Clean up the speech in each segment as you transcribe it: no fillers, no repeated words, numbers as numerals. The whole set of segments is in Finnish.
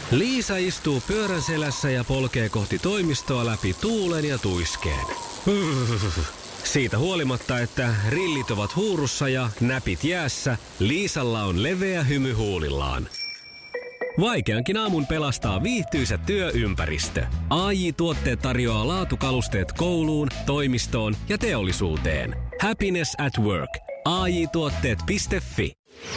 Liisa istuu pyörän selässä ja polkee kohti toimistoa läpi tuulen ja tuiskeen. Siitä huolimatta, että rillit ovat huurussa ja näpit jäässä, Liisalla on leveä hymy huulillaan. Vaikeankin aamun pelastaa viihtyisä työympäristö. AJ-tuotteet tarjoaa laatukalusteet kouluun, toimistoon ja teollisuuteen. Happiness at work. AJ-tuotteet.fi.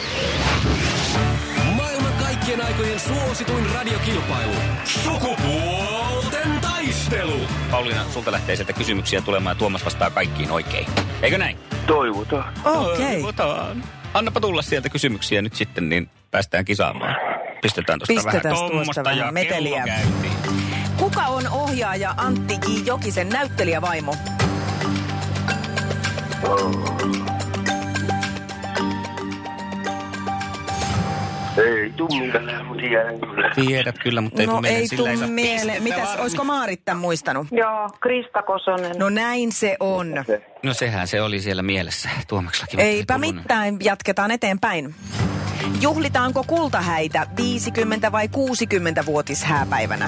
Maailman kaikkien aikojen suosituin radiokilpailu. Sukupuolten taistelu. Pauliina, sulta lähtee sieltä kysymyksiä tulemaan ja Tuomas vastaa kaikkiin oikein. Eikö näin? Toivotaan. Okei. Toivotaan. Annapa tulla sieltä kysymyksiä nyt sitten, niin päästään kisaamaan. Pistetään tuosta vähän meteliä. Kuka on ohjaaja Antti J. Jokisen näyttelijävaimo? Ei tuu mieleen, mutta tiedän kyllä. Tiedät kyllä, mutta ei tuu mieleen. Ei tuu mieleen. Mitäs, olisiko Maarit tämän muistanut? Joo, Krista Kosonen. No näin se on. No sehän se oli siellä mielessä Tuomaksellakin. Eipä mitään, jatketaan eteenpäin. Juhlitaanko kultahäitä 50- vai 60-vuotishääpäivänä?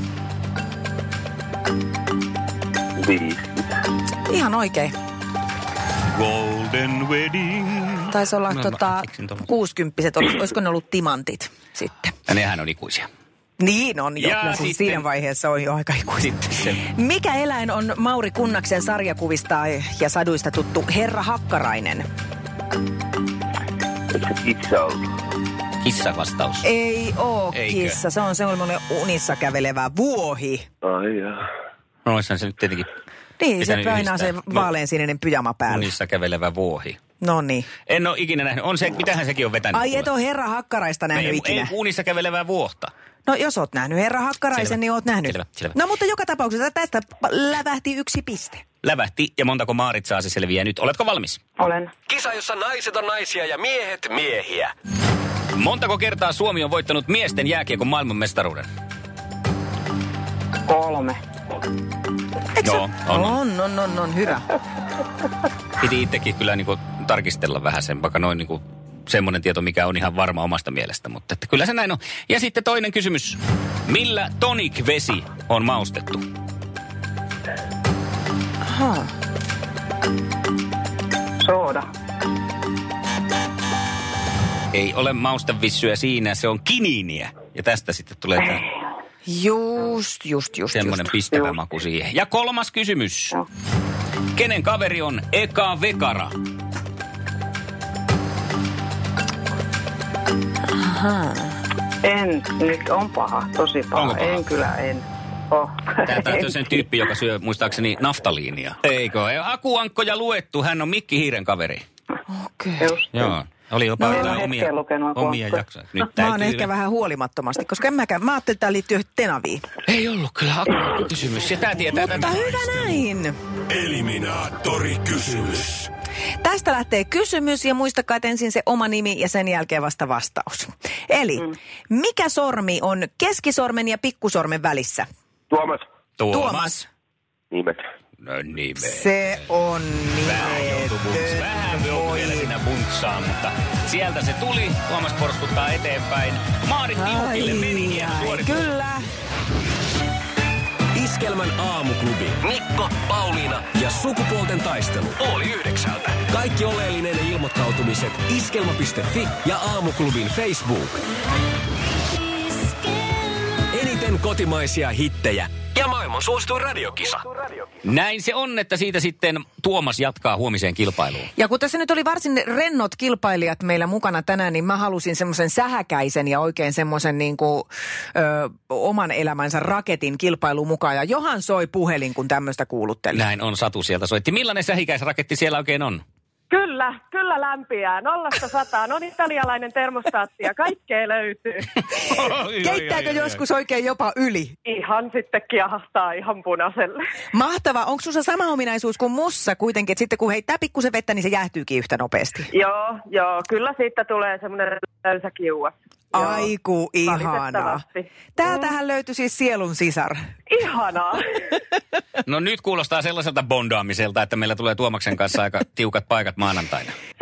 5. Ihan oikein. Golden Wedding. Taisi olla 60-vuotiset, olisiko ne ollut timantit sitten? Ja nehän on ikuisia. Niin on jo, kyllä siis siinä vaiheessa on jo aika ikuisia. Mikä eläin on Mauri Kunnaksen sarjakuvista ja saduista tuttu Herra Hakkarainen? Eikö se kissa ollut? Kissa vastaus. Ei oo Eikö? kissa, se on semmoinen unissa kävelevä vuohi. Ai jaa. No olisihan se nyt tietenkin... Niin, se painaa se vaaleansininen pyjama päällä. Unissa kävelevä vuohi. No niin. En ole ikinä nähnyt. On se, mitähän sekin on vetänyt. Ai et ole Herra Hakkaraista nähnyt ikinä. Ei unissa kävelevää vuohta. No jos oot nähnyt Herra Hakkaraisen, Selvä. niin oot nähnyt. Selvä. No mutta joka tapauksessa tästä lävähti 1 piste. Lävähti ja montako Maarit saa se selviää nyt. Oletko valmis? Olen. Kisa, jossa naiset on naisia ja miehet miehiä. Montako kertaa Suomi on voittanut miesten jääkiekon maailmanmestaruuden? 3. Eikö Joo, on, hyvä. Piti itsekin kyllä niinku tarkistella vähän sen, vaikka noin niinku semmoinen tieto, mikä on ihan varma omasta mielestä, mutta että kyllä se näin on. Ja sitten toinen kysymys. Millä tonic-vesi on maustettu? Aha. Sooda. Ei ole maustevissyä siinä, se on kiniiniä. Ja tästä sitten tulee tämä Just. semmoinen pistävä maku siihen. Ja kolmas kysymys. Joo. Kenen kaveri on Eka Vekara? Aha. En. Nyt on paha. Tosi paha. Onko paha? En kyllä, en. Tämä on sen tyyppi, joka syö muistaakseni naftaliinia. Eikö? Akuankkoja luettu. Hän on Mikki Hiiren kaveri. Okei. Just. Joo. Oli jopa omia jaksoja. Mä oon ehkä vähän huolimattomasti, koska mä ajattelin, että tämä liittyy Tenaviin. Ei ollut kyllä kysymys. Ja tää tietää Mutta hyvä näin. Eliminaattori-kysymys. Tästä lähtee kysymys ja muistakaa, että ensin se oma nimi ja sen jälkeen vasta vastaus. Eli, mikä sormi on keskisormen ja pikkusormen välissä? Tuomas. Nimet. No nimet. Se on Vähän vielä siinä buntsaan, mutta sieltä se tuli. Tuomas porskuttaa eteenpäin. Maarit tiukille meni hieno suoritus. Kyllä. Iskelmän aamuklubi. Mikko, Pauliina ja sukupuolten taistelu. 8:30. Kaikki oleellinen ilmoittautumiset iskelma.fi ja aamuklubin Facebook. Eniten kotimaisia hittejä ja maailman suosituin radiokisa. Näin se on, että siitä sitten Tuomas jatkaa huomiseen kilpailuun. Ja kun tässä nyt oli varsin rennot kilpailijat meillä mukana tänään, niin mä halusin semmoisen sähäkäisen ja oikein semmoisen niin kuin oman elämänsä raketin kilpailuun mukaan. Ja Johan soi puhelin, kun tämmöistä kuulutteli. Näin on, Satu sieltä soitti. Millainen sähikäisraketti siellä oikein on? Kyllä lämpiää. 0-100. On italialainen termostaatti ja kaikkea löytyy. Keittääkö joskus oikein jopa yli? Ihan sitten kiahahtaa ihan punaiselle. Mahtava. Onko sussa sama ominaisuus kuin mussa kuitenkin, että sitten kun heittää pikkusen vettä, niin se jäähtyykin yhtä nopeasti? Joo. Kyllä siitä tulee semmoinen löysä kiuas. Aiku, ihanaa. Täältähän löytyi siis sielun sisar. Ihanaa. No nyt kuulostaa sellaiselta bondaamiselta, että meillä tulee Tuomaksen kanssa aika tiukat paikat maanantaina.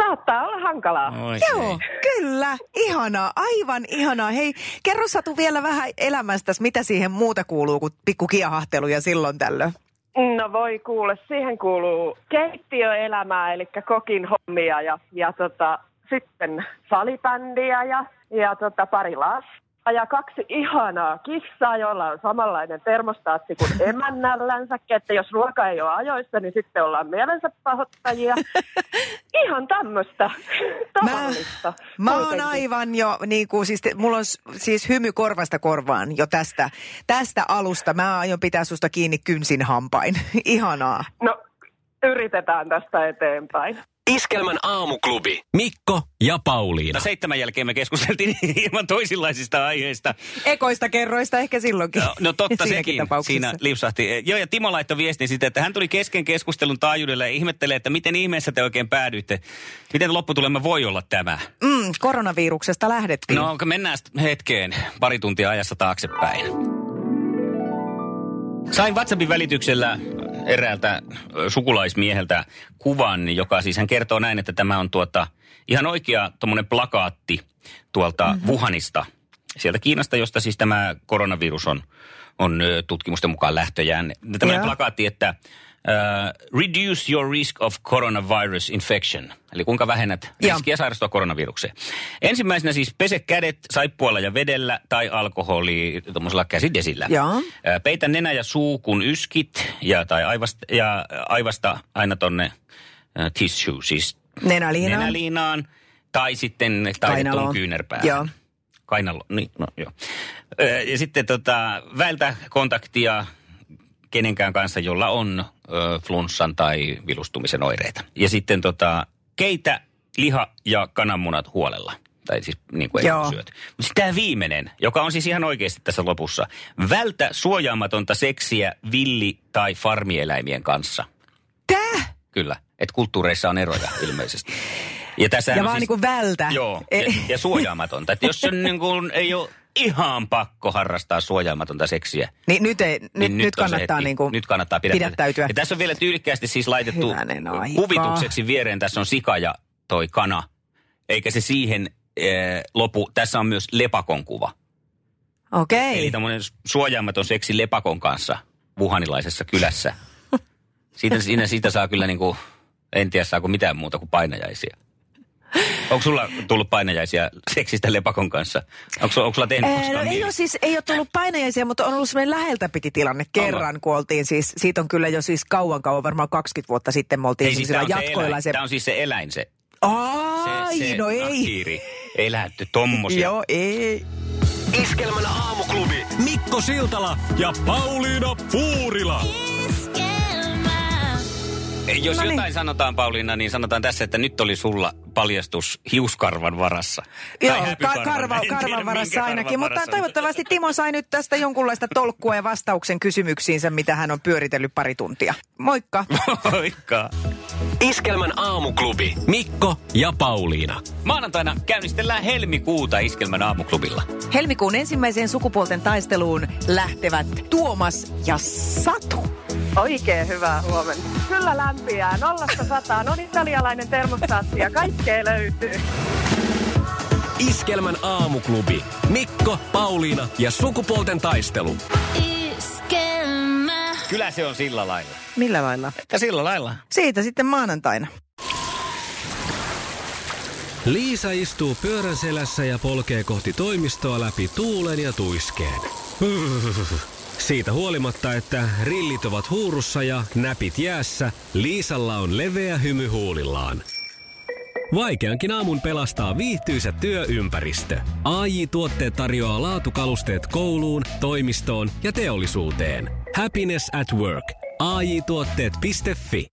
Saattaa olla hankalaa. Joo, kyllä. Ihanaa, aivan ihanaa. Hei, kerro Satu vielä vähän elämästäsi, mitä siihen muuta kuuluu kuin pikku kiehahteluja silloin tällöin? No voi kuule, siihen kuuluu keittiöelämää, eli kokin hommia ja sitten salibändiä ja pari lasta. Ja 2 ihanaa kissaa, joilla on samanlainen termostaatti kuin emännällänsäkin, että jos ruoka ei ole ajoissa, niin sitten ollaan mielensä pahoittajia. Ihan tämmöistä tavallista. Mä oon aivan jo, niin kuin, siis, mulla on siis hymy korvasta korvaan jo tästä alusta. Mä aion pitää susta kiinni kynsin hampain. Ihanaa. No, yritetään tästä eteenpäin. Iskelmän aamuklubi. Mikko ja Pauliina. 7 jälkeen me keskusteltiin hieman toisenlaisista aiheista. Ekoista kerroista ehkä silloinkin. No totta sekin. Siinä lipsahti. Joo, ja Timo laittoi viestin sitten, että hän tuli kesken keskustelun taajuudelle ja ihmettelee, että miten ihmeessä te oikein päädyitte. Miten lopputulema voi olla tämä? Koronaviruksesta lähdettiin. No mennään hetkeen 2 tuntia ajassa taaksepäin. Sain WhatsAppin välityksellä eräältä sukulaismieheltä kuvan, joka siis hän kertoo näin, että tämä on ihan oikea tommonen plakaatti tuolta Wuhanista, sieltä Kiinasta, josta siis tämä koronavirus on tutkimusten mukaan lähtöjään. Tämmöinen plakaatti, että reduce your risk of coronavirus infection. Eli kuinka vähennät riskiä sairastua koronavirukseen. Ensimmäisenä siis pese kädet saippualla ja vedellä tai alkoholi tuommoisella käsidesillä. Peitä nenä ja suu kun yskit tai aivasta aina tonne tissue, siis nenäliinaan tai sitten taitettuun kyynärpäähän. Joo. Kainalo, niin, no joo. Ja sitten vältä kontaktia kenenkään kanssa, jolla on flunssan tai vilustumisen oireita. Ja sitten keitä liha- ja kananmunat huolella. Tai siis niin kuin ei syöty. Mutta tämä viimeinen, joka on siis ihan oikeasti tässä lopussa. Vältä suojaamatonta seksiä villi- tai farmieläimien kanssa. Tää? Kyllä, että kulttuureissa on eroja ilmeisesti. Ja vaan siis, niin kuin vältä. Joo, ja suojaamatonta. Että jos on niin kuin, ei ole ihan pakko harrastaa suojaamatonta seksiä. Niin nyt kannattaa nyt kannattaa pidättäytyä. Ja tässä on vielä tyylikkäästi siis laitettu kuvitukseksi viereen. Tässä on sika ja toi kana. Eikä se siihen lopu. Tässä on myös lepakon kuva. Okei. Eli tämmöinen suojaamaton seksi lepakon kanssa wuhanilaisessa kylässä. Siitä saa kyllä niinku, en tiedä saako mitään muuta kuin painajaisia. Onko sulla tullut painajaisia seksistä lepakon kanssa? Onko sulla tehnyt koskaan ei ole tullut painajaisia, mutta on ollut semmoinen läheltä piti tilanne kerran, kun oltiin siis, siitä on kyllä jo siis kauan, varmaan 20 vuotta sitten me oltiin siis jatkoilla. Tämä on siis se eläin se. No ei. Nakiiri. Ei lähdetty tommosia. Joo, ei. Iskelmän aamuklubi. Mikko Siltala ja Pauliina Puurila. Jos jotain sanotaan, Pauliina, niin sanotaan tässä, että nyt oli sulla paljastus hiuskarvan varassa. Joo, karvan varassa ainakin, mutta toivottavasti Timo sai nyt tästä jonkunlaista tolkkua ja vastauksen kysymyksiinsä, mitä hän on pyöritellyt 2 tuntia. Moikka! Moikka! Iskelmän aamuklubi. Mikko ja Pauliina. Maanantaina käynnistellään helmikuuta Iskelmän aamuklubilla. Helmikuun ensimmäiseen sukupuolten taisteluun lähtevät Tuomas ja Satu. Oikein hyvää huomenta. Kyllä lämpiää. 0-100. On italialainen termostaatti ja kaikkea löytyy. Iskelmän aamuklubi. Mikko, Pauliina ja sukupuolten taistelu. Iskelmä. Kyllä se on sillä lailla. Millä lailla? Että sillä lailla. Siitä sitten maanantaina. Liisa istuu pyörän selässä ja polkee kohti toimistoa läpi tuulen ja tuiskeen. Siitä huolimatta, että rillit ovat huurussa ja näpit jäässä, Liisalla on leveä hymy huulillaan. Vaikeankin aamun pelastaa viihtyisä työympäristö. AJ-tuotteet tarjoaa laatukalusteet kouluun, toimistoon ja teollisuuteen. Happiness at work. AJ-tuotteet.fi